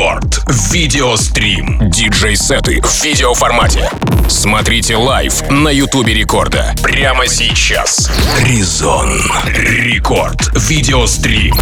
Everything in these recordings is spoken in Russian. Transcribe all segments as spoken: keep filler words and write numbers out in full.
Рекорд. Видеострим. Диджей-сеты в видеоформате. Смотрите лайв на Ютубе Рекорда. Прямо сейчас. Резон. Рекорд. Видеострим.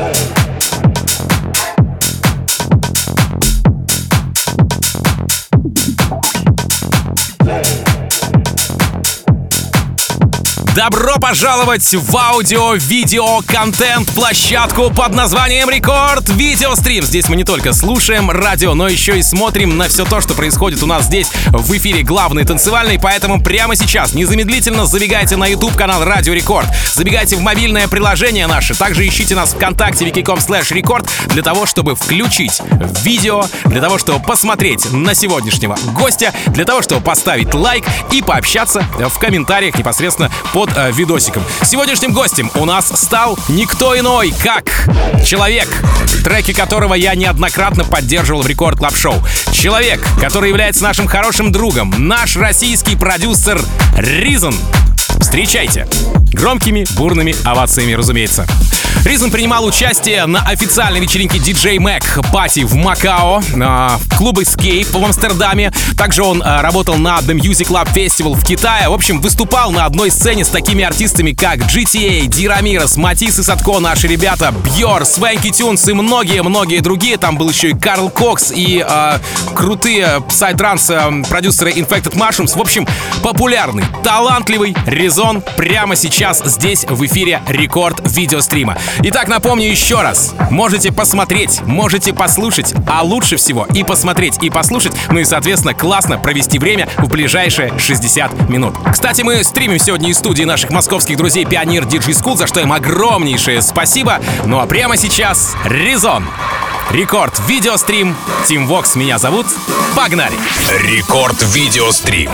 Добро пожаловать в аудио-видео-контент-площадку под названием Рекорд Видеострим. Здесь мы не только слушаем радио, но еще и смотрим на все то, что происходит у нас здесь в эфире главный танцевальный. Поэтому прямо сейчас незамедлительно забегайте на YouTube-канал Радио Рекорд, забегайте в мобильное приложение наше, также ищите нас ВКонтакте wiki точка com слэш рекорд для того, чтобы включить видео, для того, чтобы посмотреть на сегодняшнего гостя, для того, чтобы поставить лайк и пообщаться в комментариях непосредственно по под э, видосиком. Сегодняшним гостем у нас стал никто иной, как человек, треки которого я неоднократно поддерживал в Рекорд Клаб Шоу. Человек, который является нашим хорошим другом, наш российский продюсер Reason. Встречайте! Громкими, бурными овациями, разумеется. Reason принимал участие на официальной вечеринке ди джей Mac Party в Макао, в клубе Escape в Амстердаме. Также он работал на The Music Lab Festival в Китае. В общем, выступал на одной сцене с такими артистами, как джи ти эй, Ди Рамирес, Матис и Садко, наши ребята, Бьор, Свенки Тюнс и многие-многие другие. Там был еще и Карл Кокс и э, крутые psy-транс э, продюсеры Infected Mushrooms. В общем, популярный, талантливый Reason прямо сейчас здесь в эфире Рекорд Видеострима. Итак, напомню еще раз. Можете посмотреть, можете послушать, а лучше всего и посмотреть, и послушать, ну и, соответственно, классно провести время в ближайшие шестьдесят минут. Кстати, мы стримим сегодня из студии наших московских друзей Pioneer ди джей School, за что им огромнейшее спасибо. Ну а прямо сейчас Reason. Рекорд Видеострим. Тим Вокс меня зовут. Погнали! Рекорд Видеострим.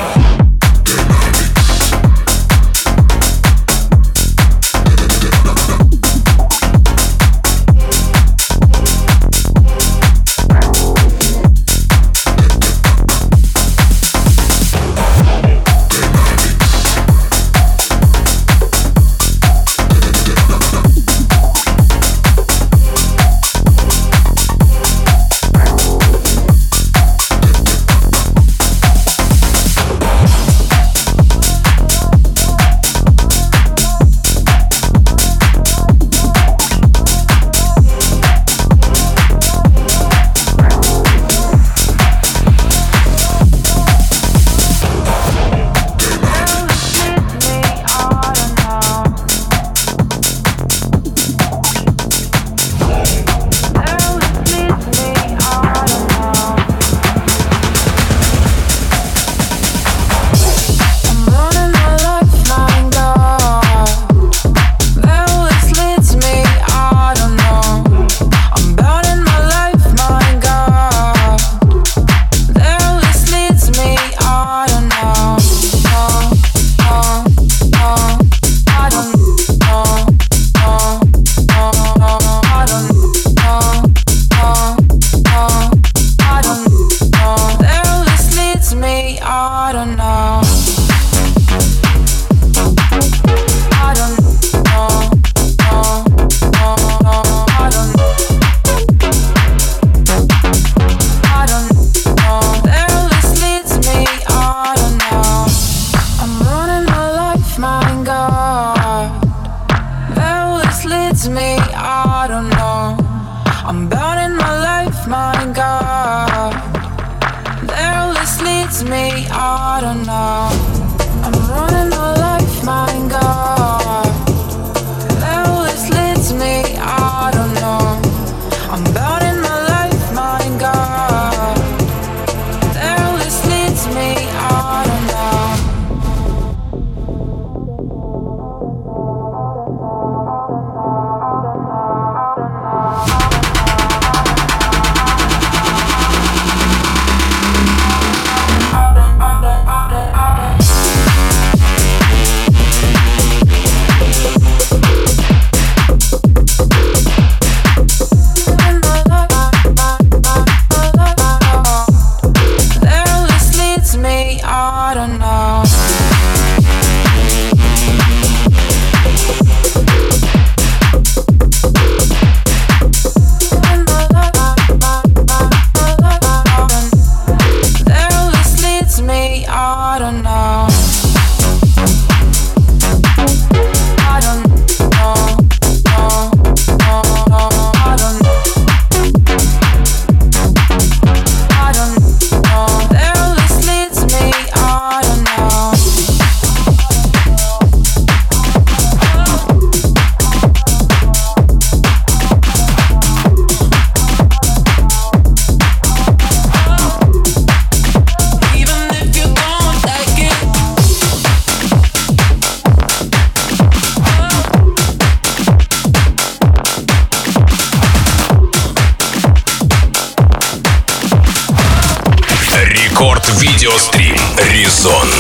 Рекорд Видеострим. Резон.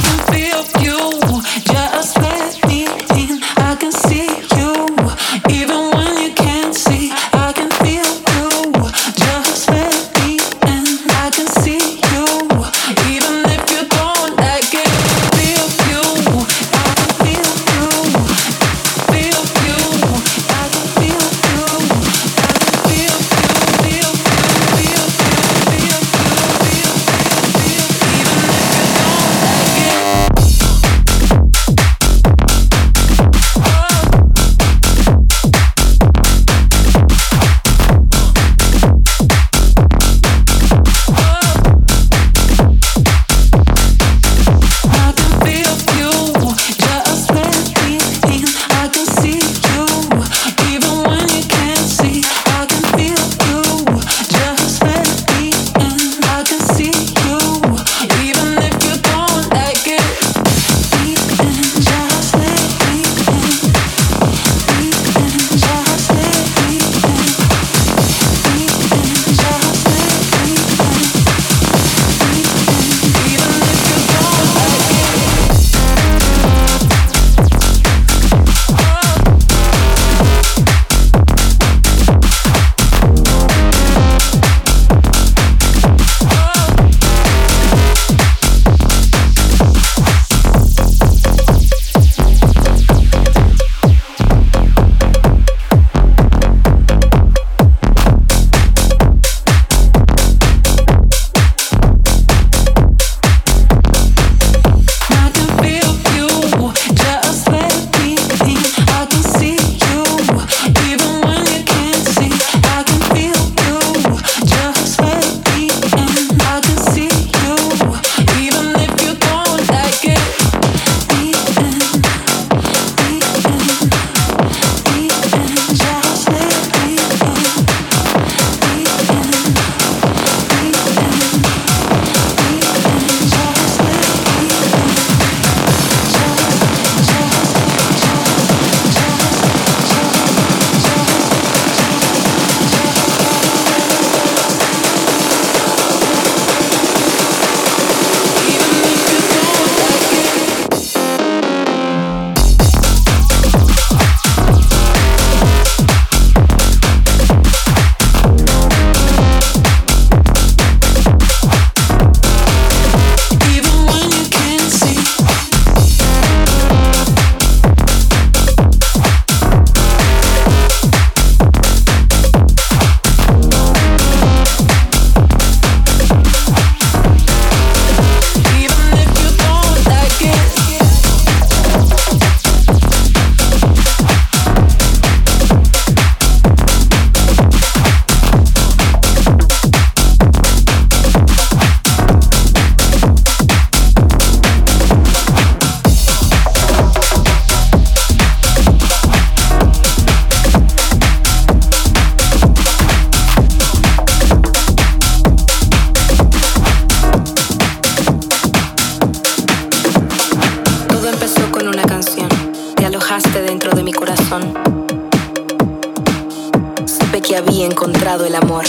que había encontrado el amor.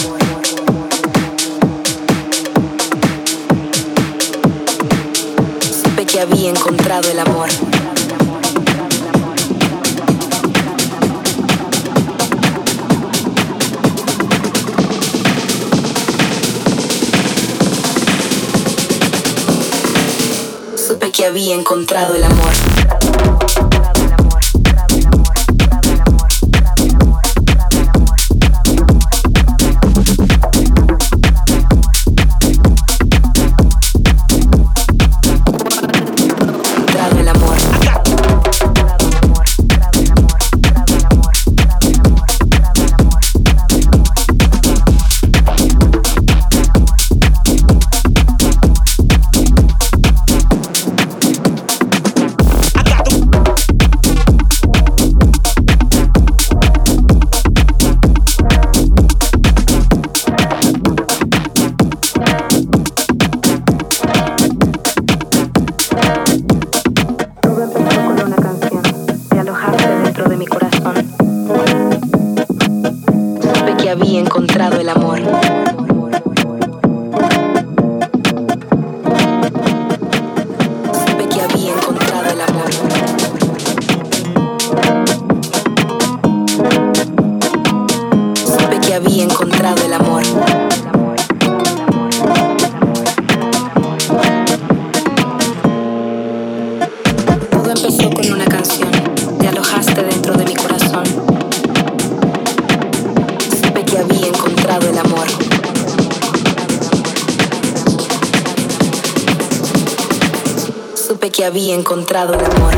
Supe que había encontrado el amor. Supe que había encontrado el amor. Había encontrado el amor. Todo empezó con una canción. Te alojaste dentro de mi corazón. Supe que había encontrado el amor. Supe que había encontrado el amor.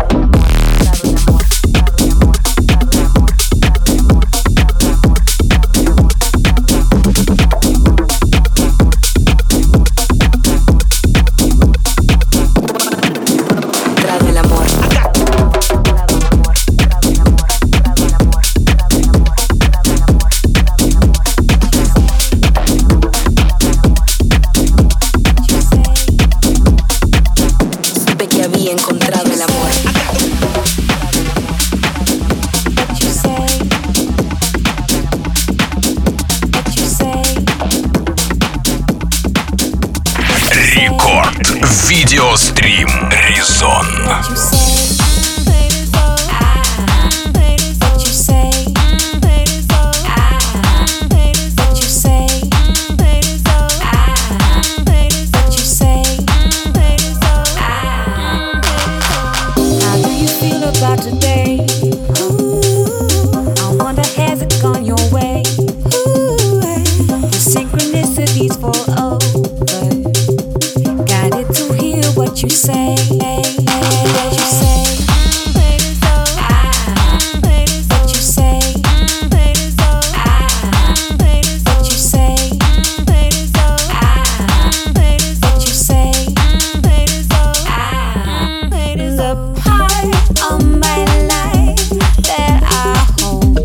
Видеострим Резон. What you say, what you say, what you say, what you say, what you say. The part of my life that I hold,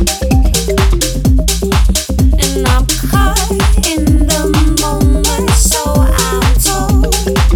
and I'm caught in the moment, so I'm told.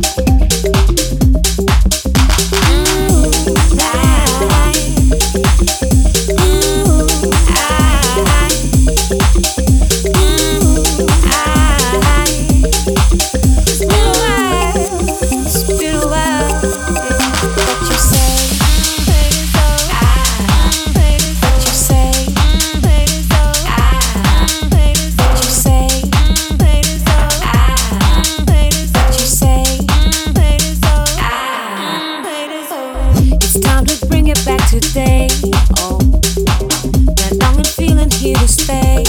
Today, oh, that longing feeling here to stay.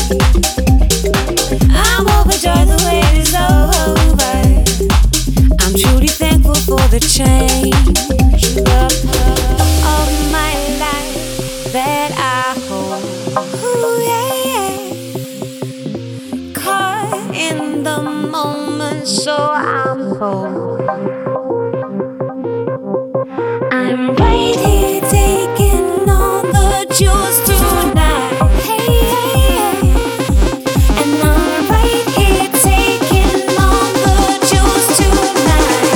I'm overjoyed the wait is over. I'm truly thankful for the change. The part of my life that I hold. Ooh, yeah, yeah. Caught in the moment, so I'm cold. I'm right here taking all the jewels tonight. Hey, hey, hey. And I'm right here taking all the jewels tonight.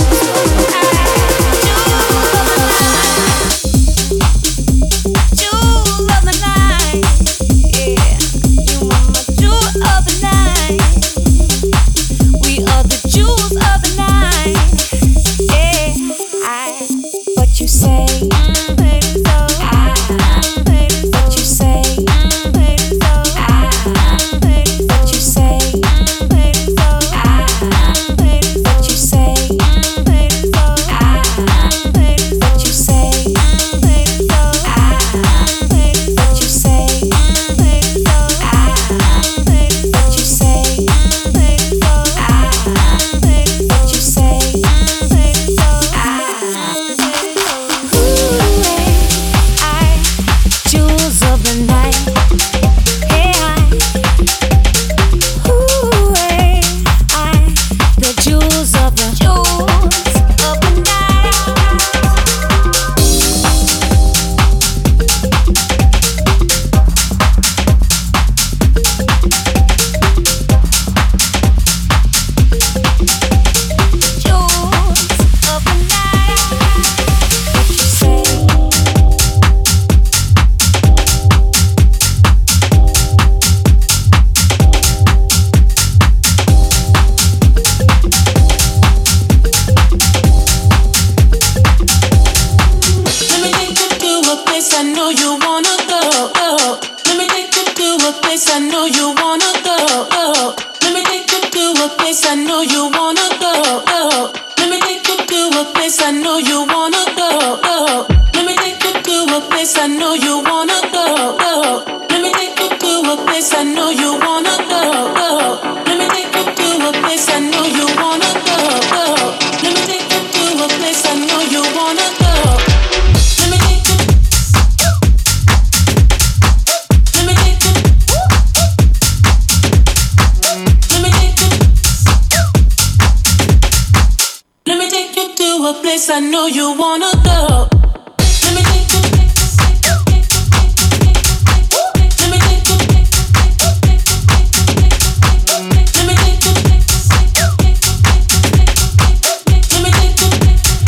Jewel of the night. Yeah, you are my jewel of the night. We are the jewels of the night. Yeah, I. What you say, what you say, what you say. place I know you wanna go. Let me take you. Let me take you. Let me take you. Let me take you.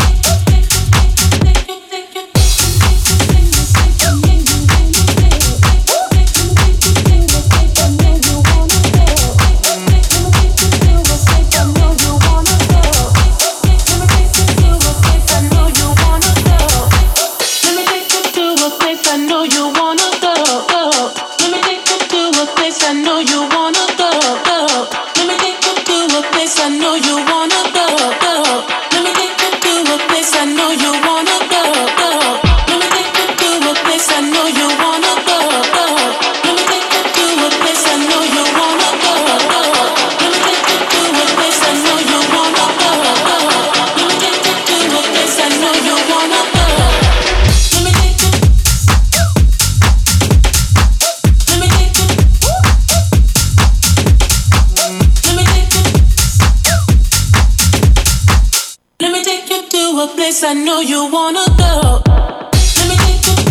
I know you wanna go. Let me take you.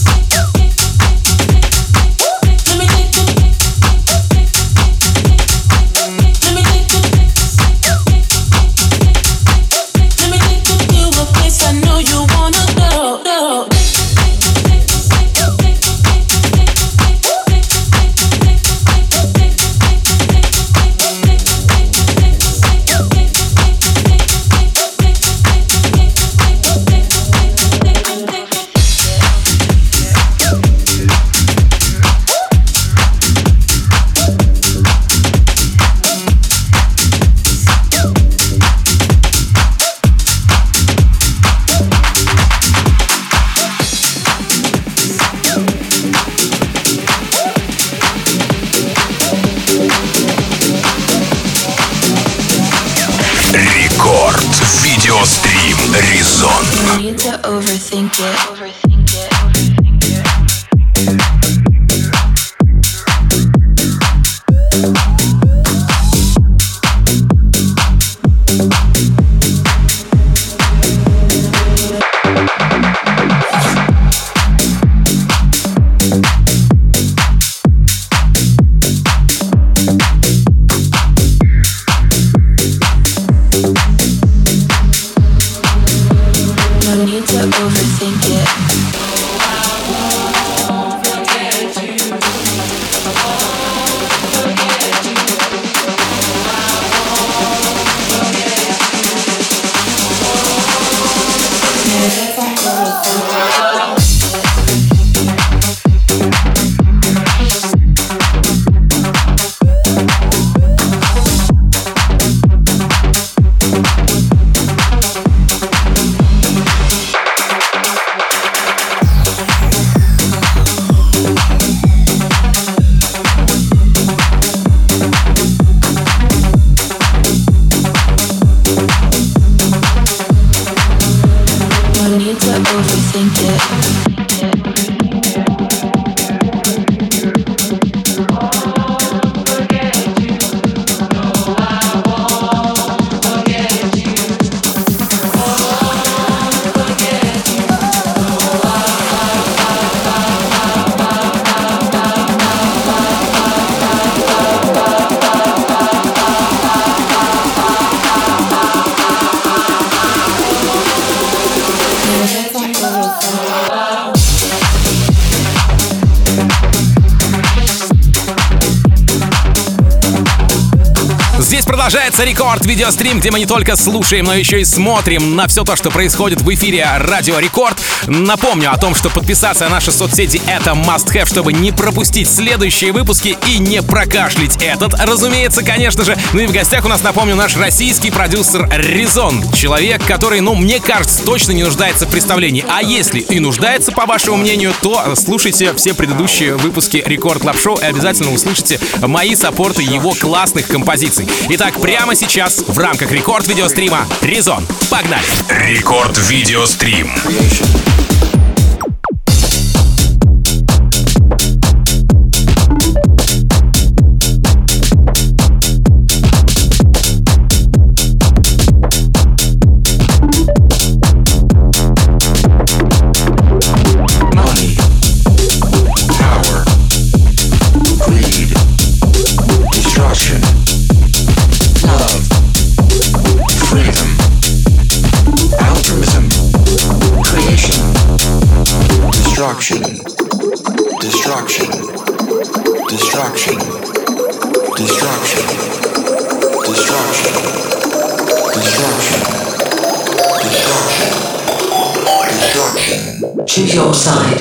Let me take you. Let me take you. Let me take you to a place I know you wanna go. Go. Видеострим Резон. No need to overthink it. Overthink it. No need to overthink it. Здесь продолжается Рекорд Видеострим, где мы не только слушаем, но еще и смотрим на все то, что происходит в эфире Радио Рекорд. Напомню о том, что подписаться на наши соцсети — это must-have, чтобы не пропустить следующие выпуски и не прокашлять этот, разумеется, конечно же. Ну и в гостях у нас, напомню, наш российский продюсер Резон. Человек, который, ну, мне кажется, точно не нуждается в представлении. А если и нуждается, по вашему мнению, то слушайте все предыдущие выпуски Рекорд Клаб Шоу и обязательно услышите мои саппорты его классных композиций. Итак, прямо сейчас в рамках Рекорд Видеострима Резон. Погнали! Рекорд Видеострим. Choose your side.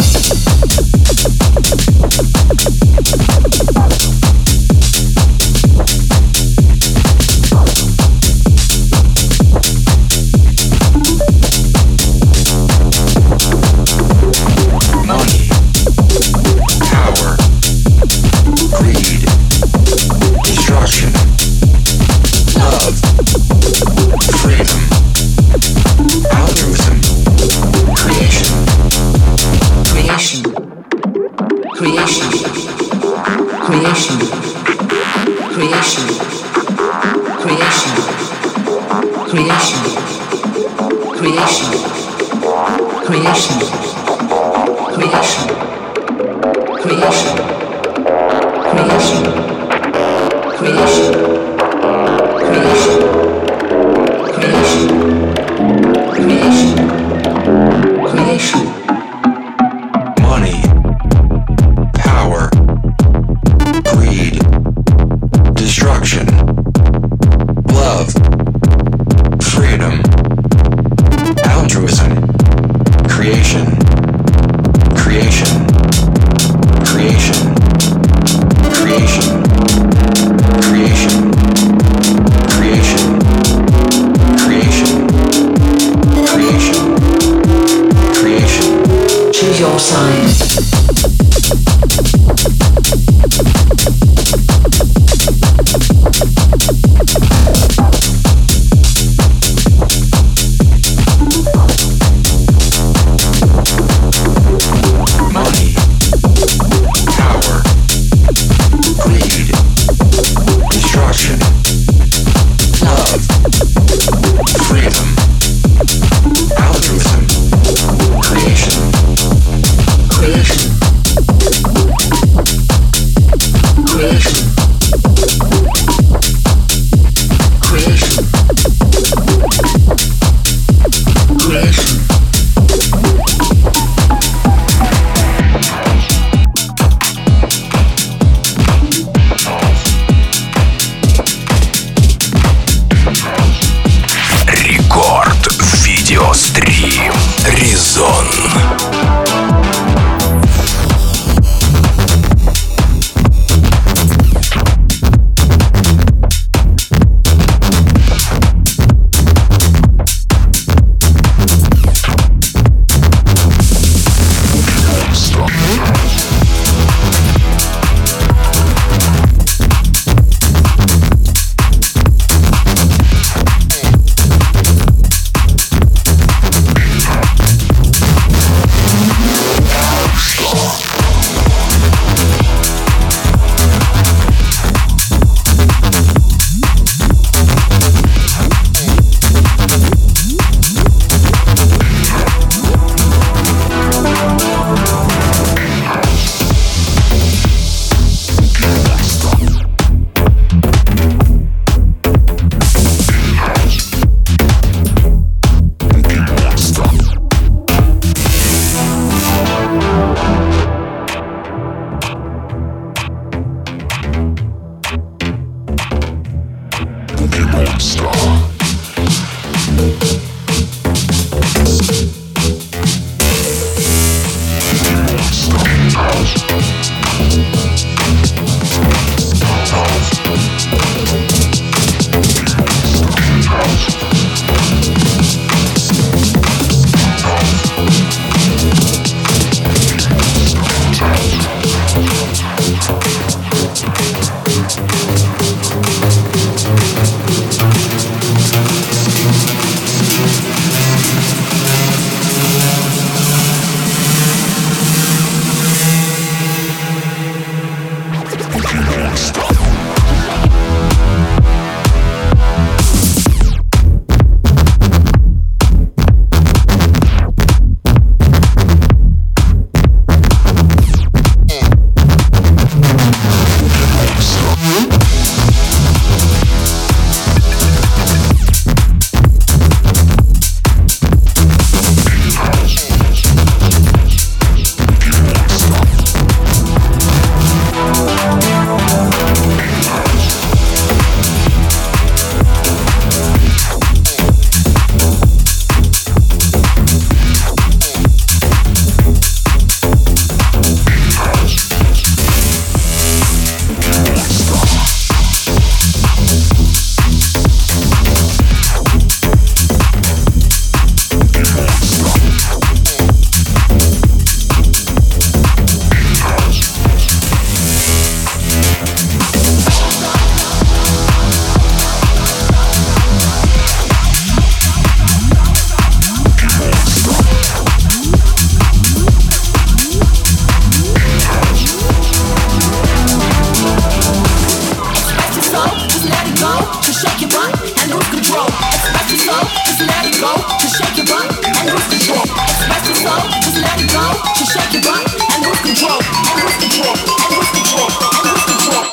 to shake your butt and lose control. Express your soul, just let it go, to shake your butt and lose control. Express your soul, just let it go, to shake your butt and lose control, and lose control, and lose control, and lose control.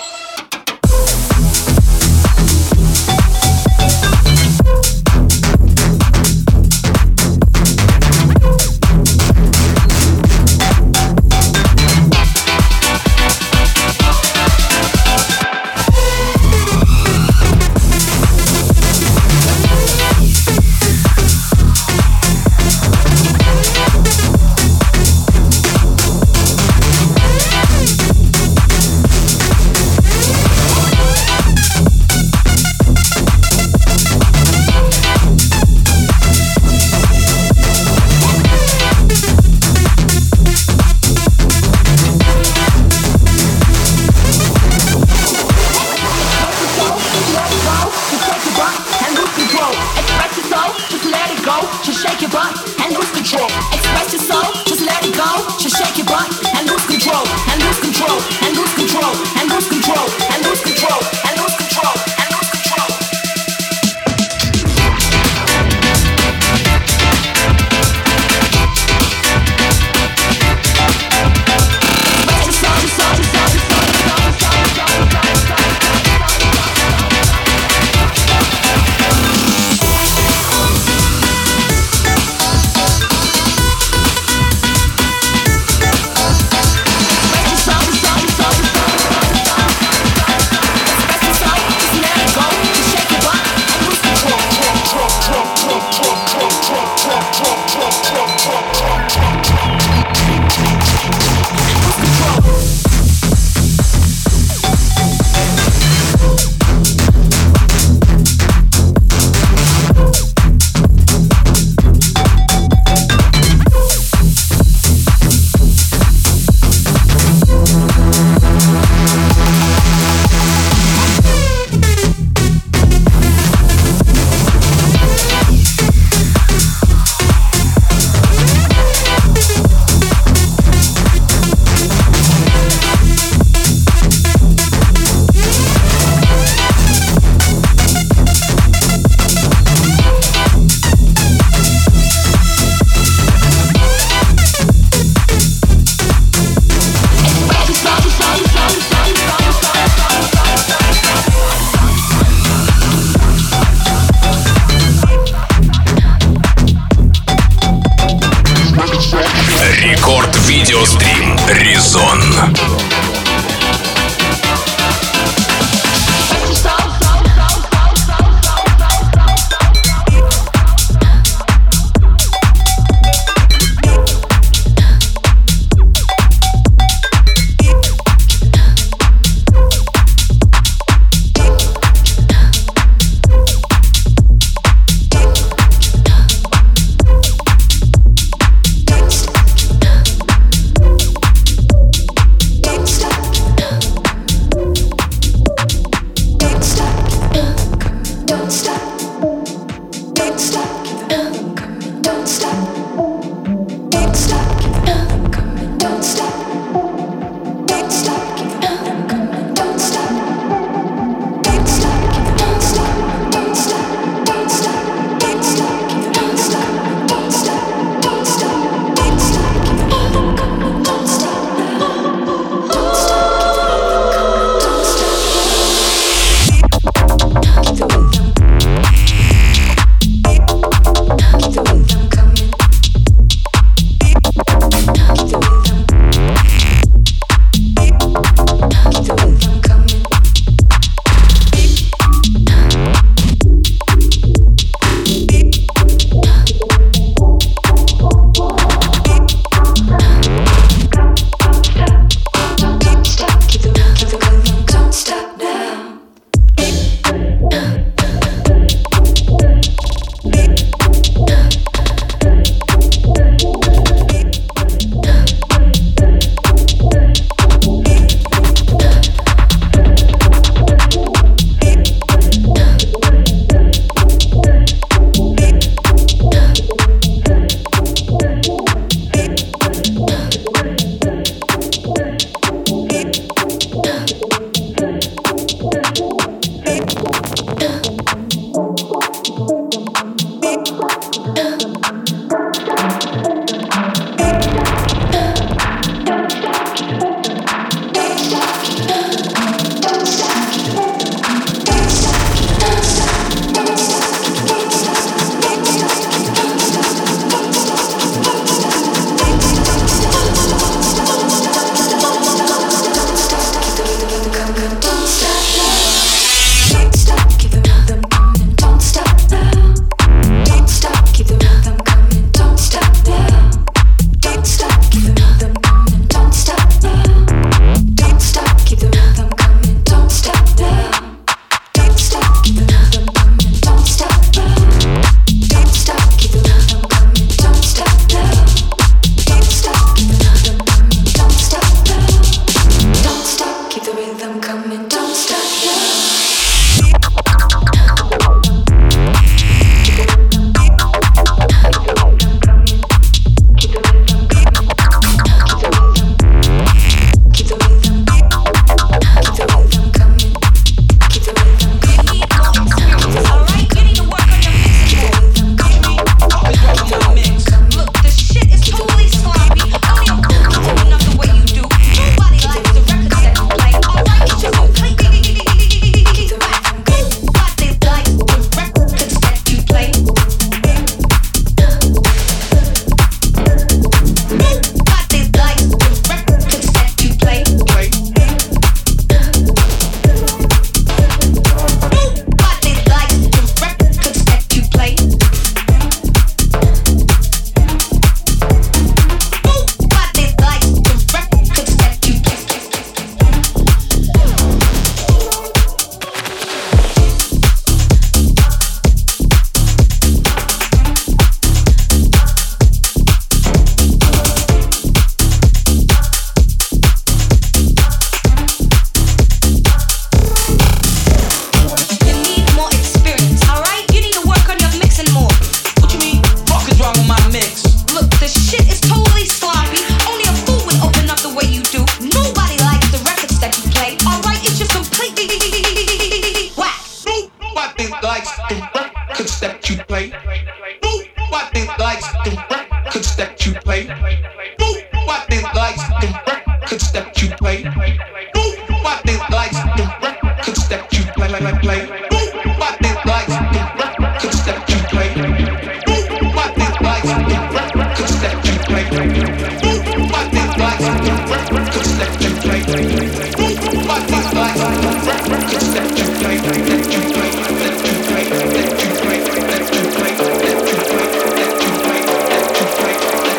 Nobody likes the records that you play. Nobody likes the records that you play. Nobody likes the records that you play. Nobody likes the records that you play. Nobody likes the records that you play. Nobody likes the records that you play. Nobody likes the records that you play. Nobody likes the records that you play. That you play. That you play. That you play. That you play. That you play. That you play. That you play. That you play.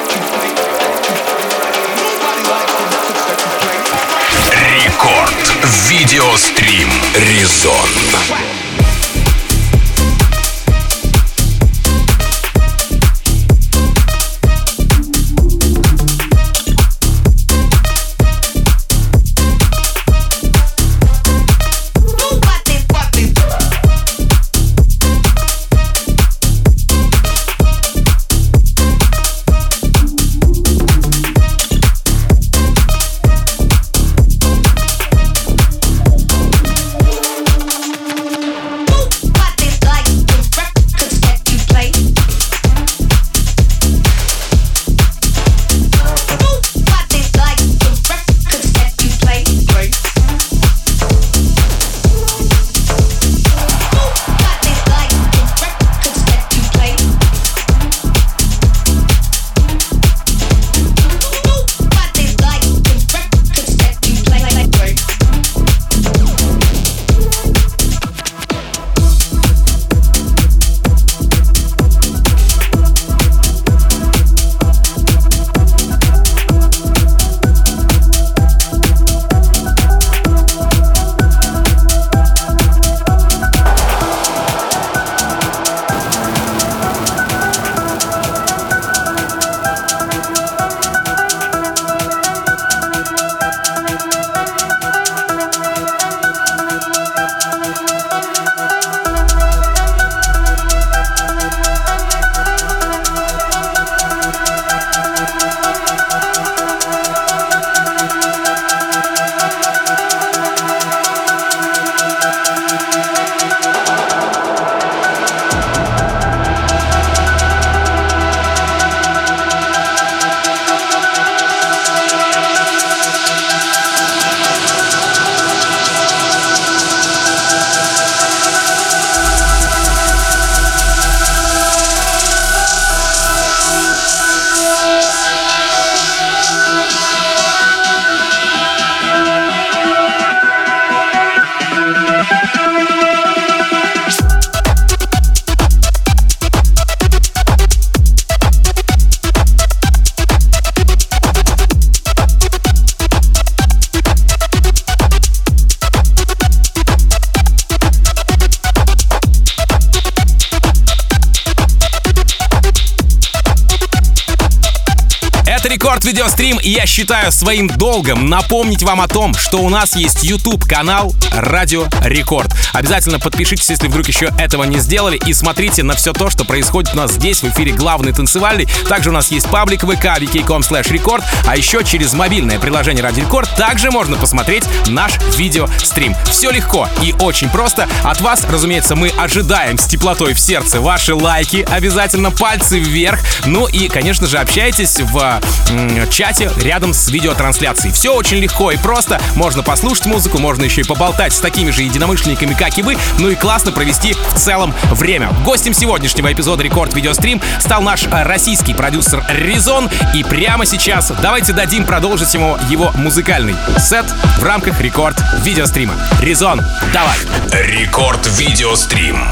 Nobody likes the records that you play. Рекорд. Видеострим. Резон. Рекорд Видеострим, и я считаю своим долгом напомнить вам о том, что у нас есть YouTube-канал Радио Рекорд. Обязательно подпишитесь, если вдруг еще этого не сделали, и смотрите на все то, что происходит у нас здесь, в эфире главный танцевальный. Также у нас есть паблик вэ ка, ви кей точка ком слэш рекорд, а еще через мобильное приложение Радио Рекорд также можно посмотреть наш видеострим. Все легко и очень просто. От вас, разумеется, мы ожидаем с теплотой в сердце ваши лайки, обязательно пальцы вверх, ну и, конечно же, общайтесь в чате рядом с видеотрансляцией. Все очень легко и просто. Можно послушать музыку, можно еще и поболтать с такими же единомышленниками, как и вы, ну и классно провести в целом время. Гостем сегодняшнего эпизода Рекорд Видеострим стал наш российский продюсер Резон, и прямо сейчас давайте дадим продолжить ему его музыкальный сет в рамках Рекорд Видеострима. Резон, давай! Рекорд Видеострим.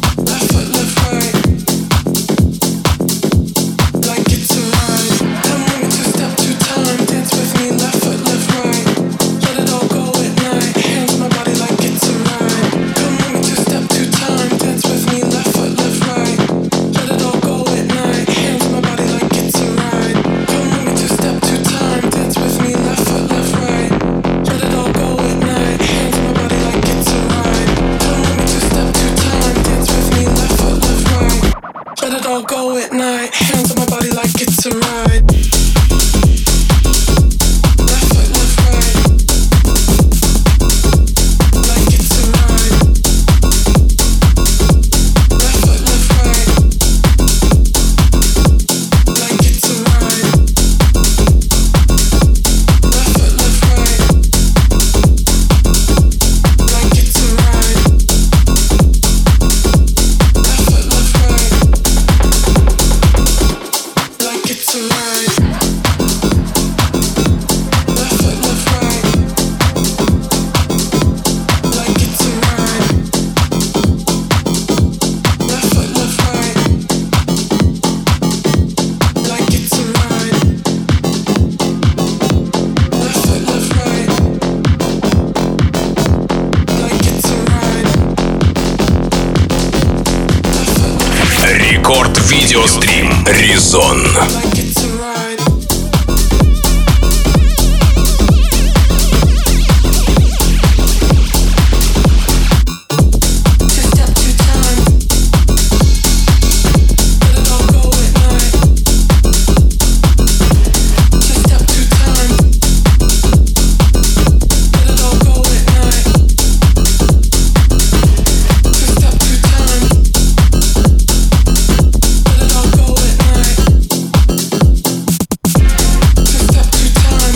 Come I'll go at night. Hands on my body like it's a ride. Left foot, left right. Like it's a ride. Left foot, left right. Like it's a ride. Left foot, left right. Like it's a ride. Left foot, left right. Like it's a ride. Left foot, left right. Like it's a ride. Left foot, left right. Like it's a ride. Left foot, left right. Like it's a ride. Left foot, left right. Рекорд видеострим Резон. Like it's a ride. Two step, two time. Let it all go at night. Two step, two time. Let it all go at night. Two step, two time. Let it all go at night. Two step, two time.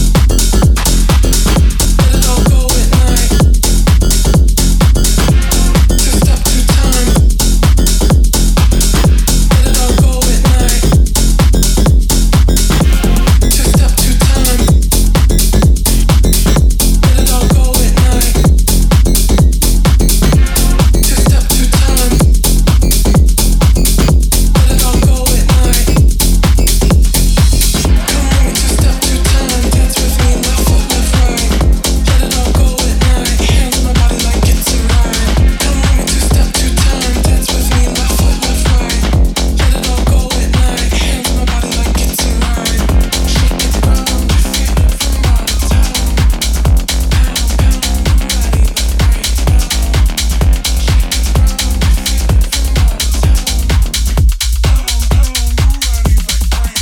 Let it all go at night. Two step, two time. Let it all go at night. Two step, two time. Let it all go at night. Two step, two time. Let it all go at night. Come on, two step, two time. Dance with me, left foot, left right. Let it all go at night. Hands on my body like it's a ride. Come on, two step, two time. Dance with me, left foot, left right. Let it all go at night. Hands on my body like it's a ride. Shake it round, you feel it from all the time. Pound, pound, body like right now. Shake it round, you feel it from all the time. Pound, pound, body like right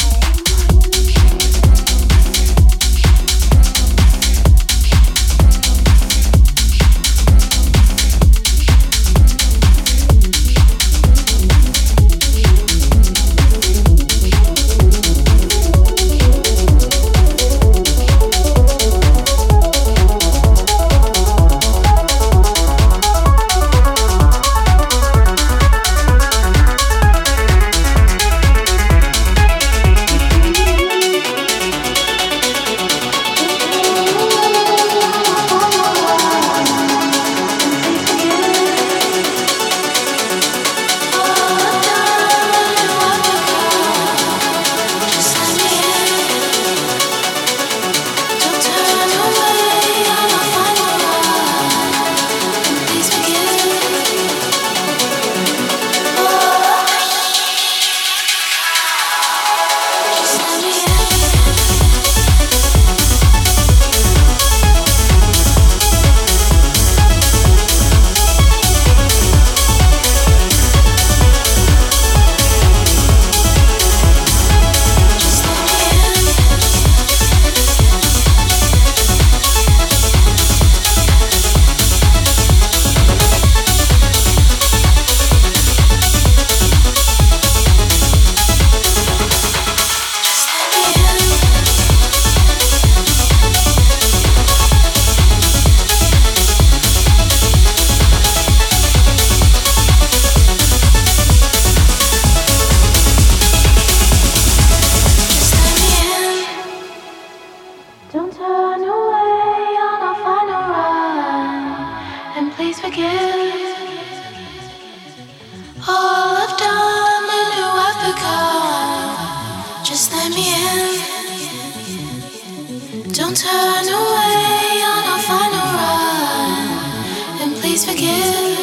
Don't turn away on our final run, and please forgive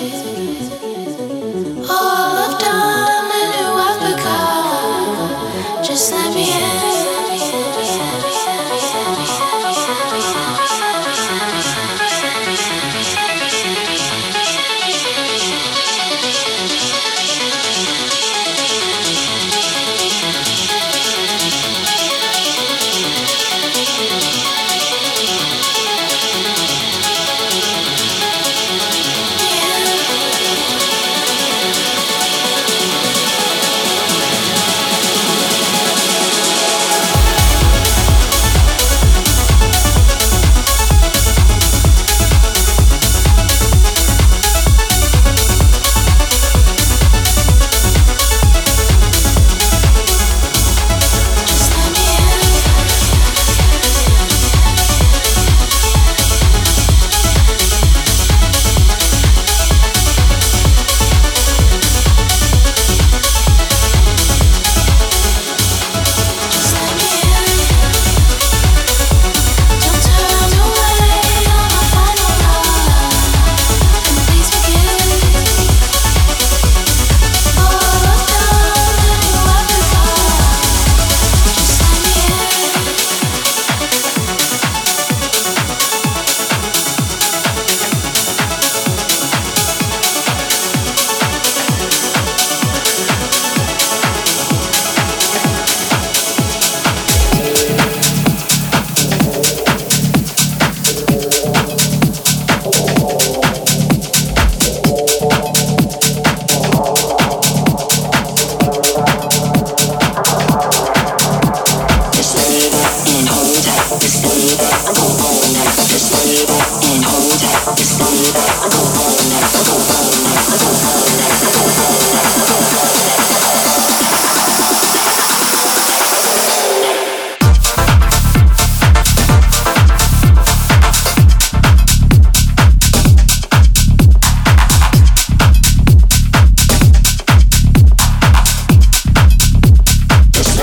all I've done and who I've become. Just let me in.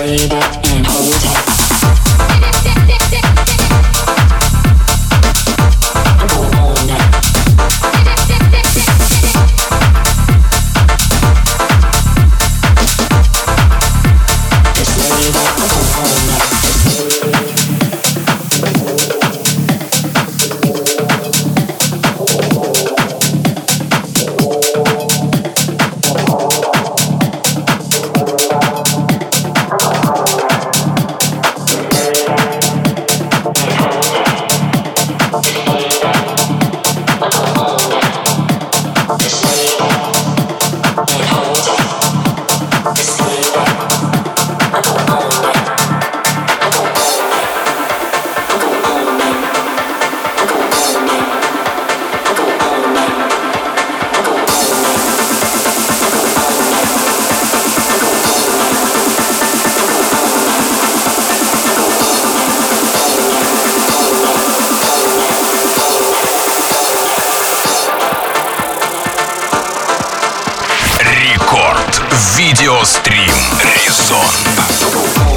Видеострим Резон.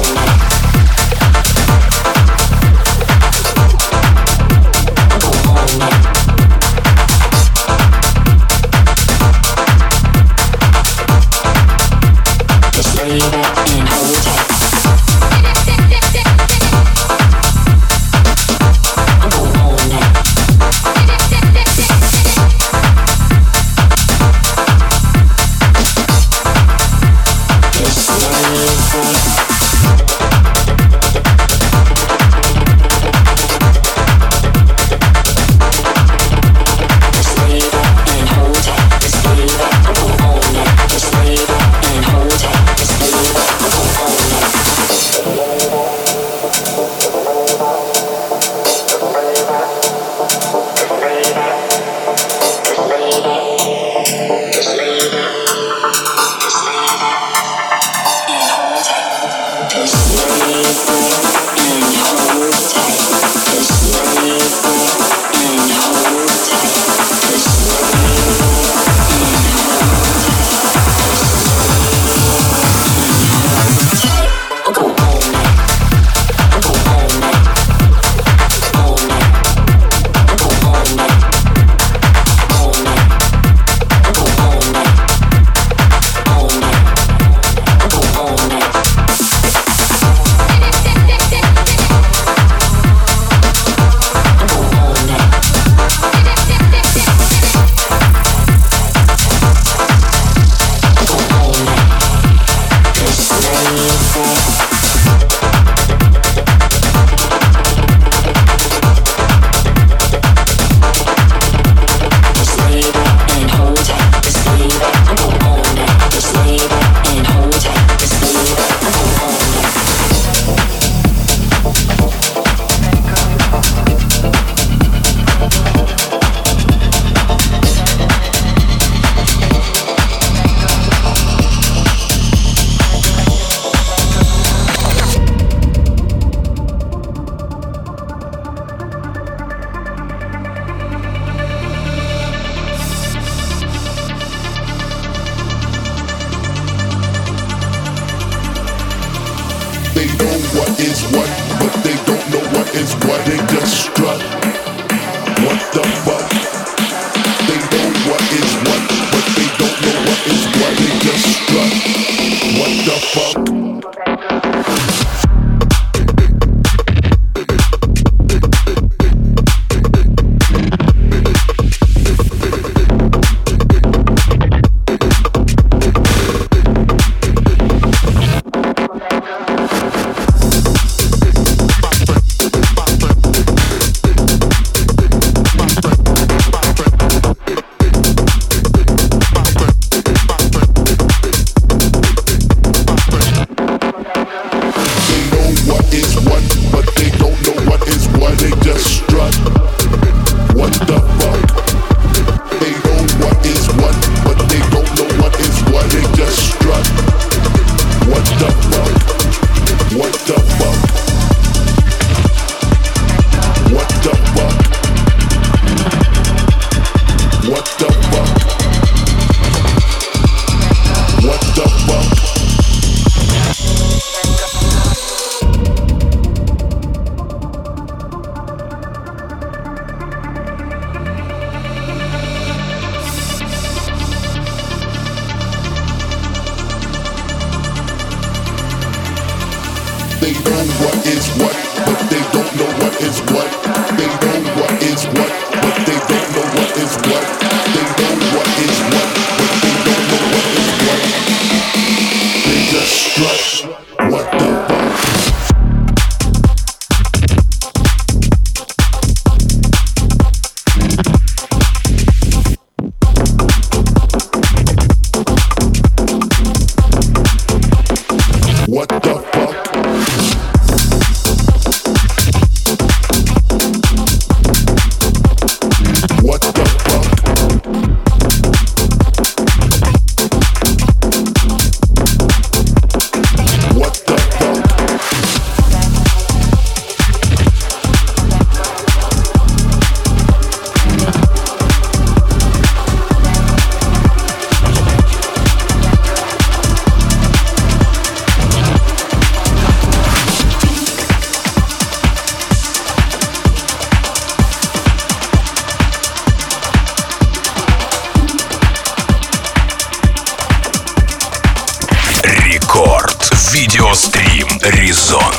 They know what is what, but they don't know what is what. They just strut. What the fuck? They know what is what, but they don't know what is what. They just strut. What the fuck? They know what is what, but they don't know what is what. They know what is what, but they don't know what is what. They know what is what, but they don't know what is what. They just strut. What the fuck? What the fuck? What the fuck? What the fuck? Рекорд. Видеострим Резон.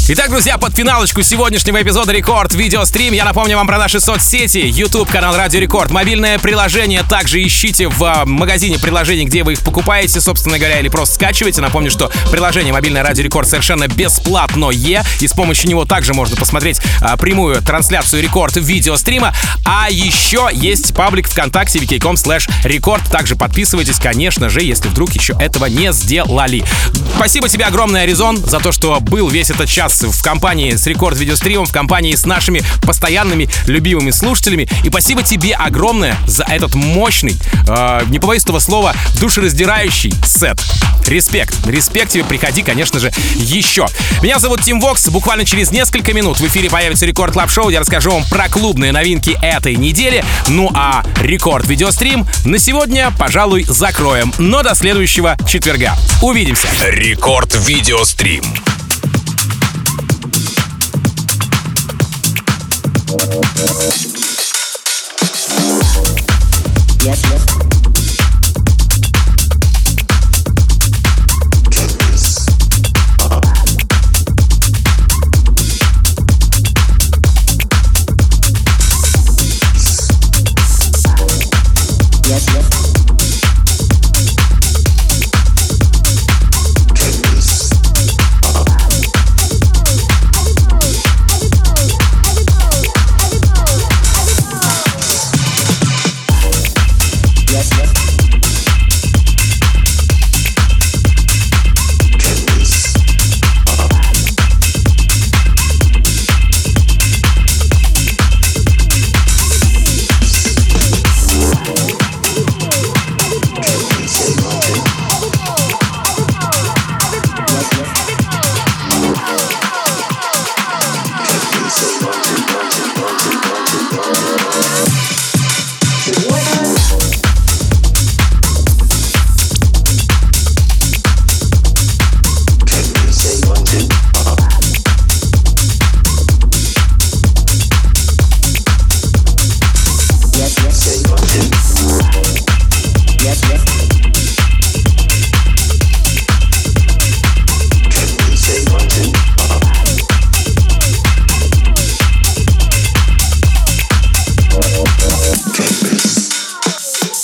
Итак, друзья, под финалочку сегодняшнего эпизода Рекорд Видеострим я напомню вам про наши соцсети. YouTube, канал Радио Рекорд, мобильное приложение также ищите в магазине приложений, где вы их покупаете, собственно говоря, или просто скачиваете. Напомню, что приложение мобильное Радио Рекорд совершенно бесплатное, и с помощью него также можно посмотреть а, прямую трансляцию Рекорд Видеострима. А еще есть паблик ВКонтакте ви кей точка ком слэш рекорд. Также подписывайтесь, конечно же, если вдруг еще этого не сделали. Спасибо тебе огромное, Аризон, за то, что был весь этот час в компании с Рекорд Видеостримом, в компании с нашими постоянными любимыми слушателями. И спасибо тебе огромное за этот мощный, э, не побоюсь этого слова, душераздирающий сет. Респект. Респект тебе. Приходи, конечно же, еще. Меня зовут Тим Вокс. Буквально через несколько минут в эфире появится Рекорд Клаб Шоу. Я расскажу вам про клубные новинки этой недели. Ну а Рекорд Видеострим на сегодня, пожалуй, закроем. Но до следующего четверга. Увидимся. Рекорд Видеострим. Yes, yes.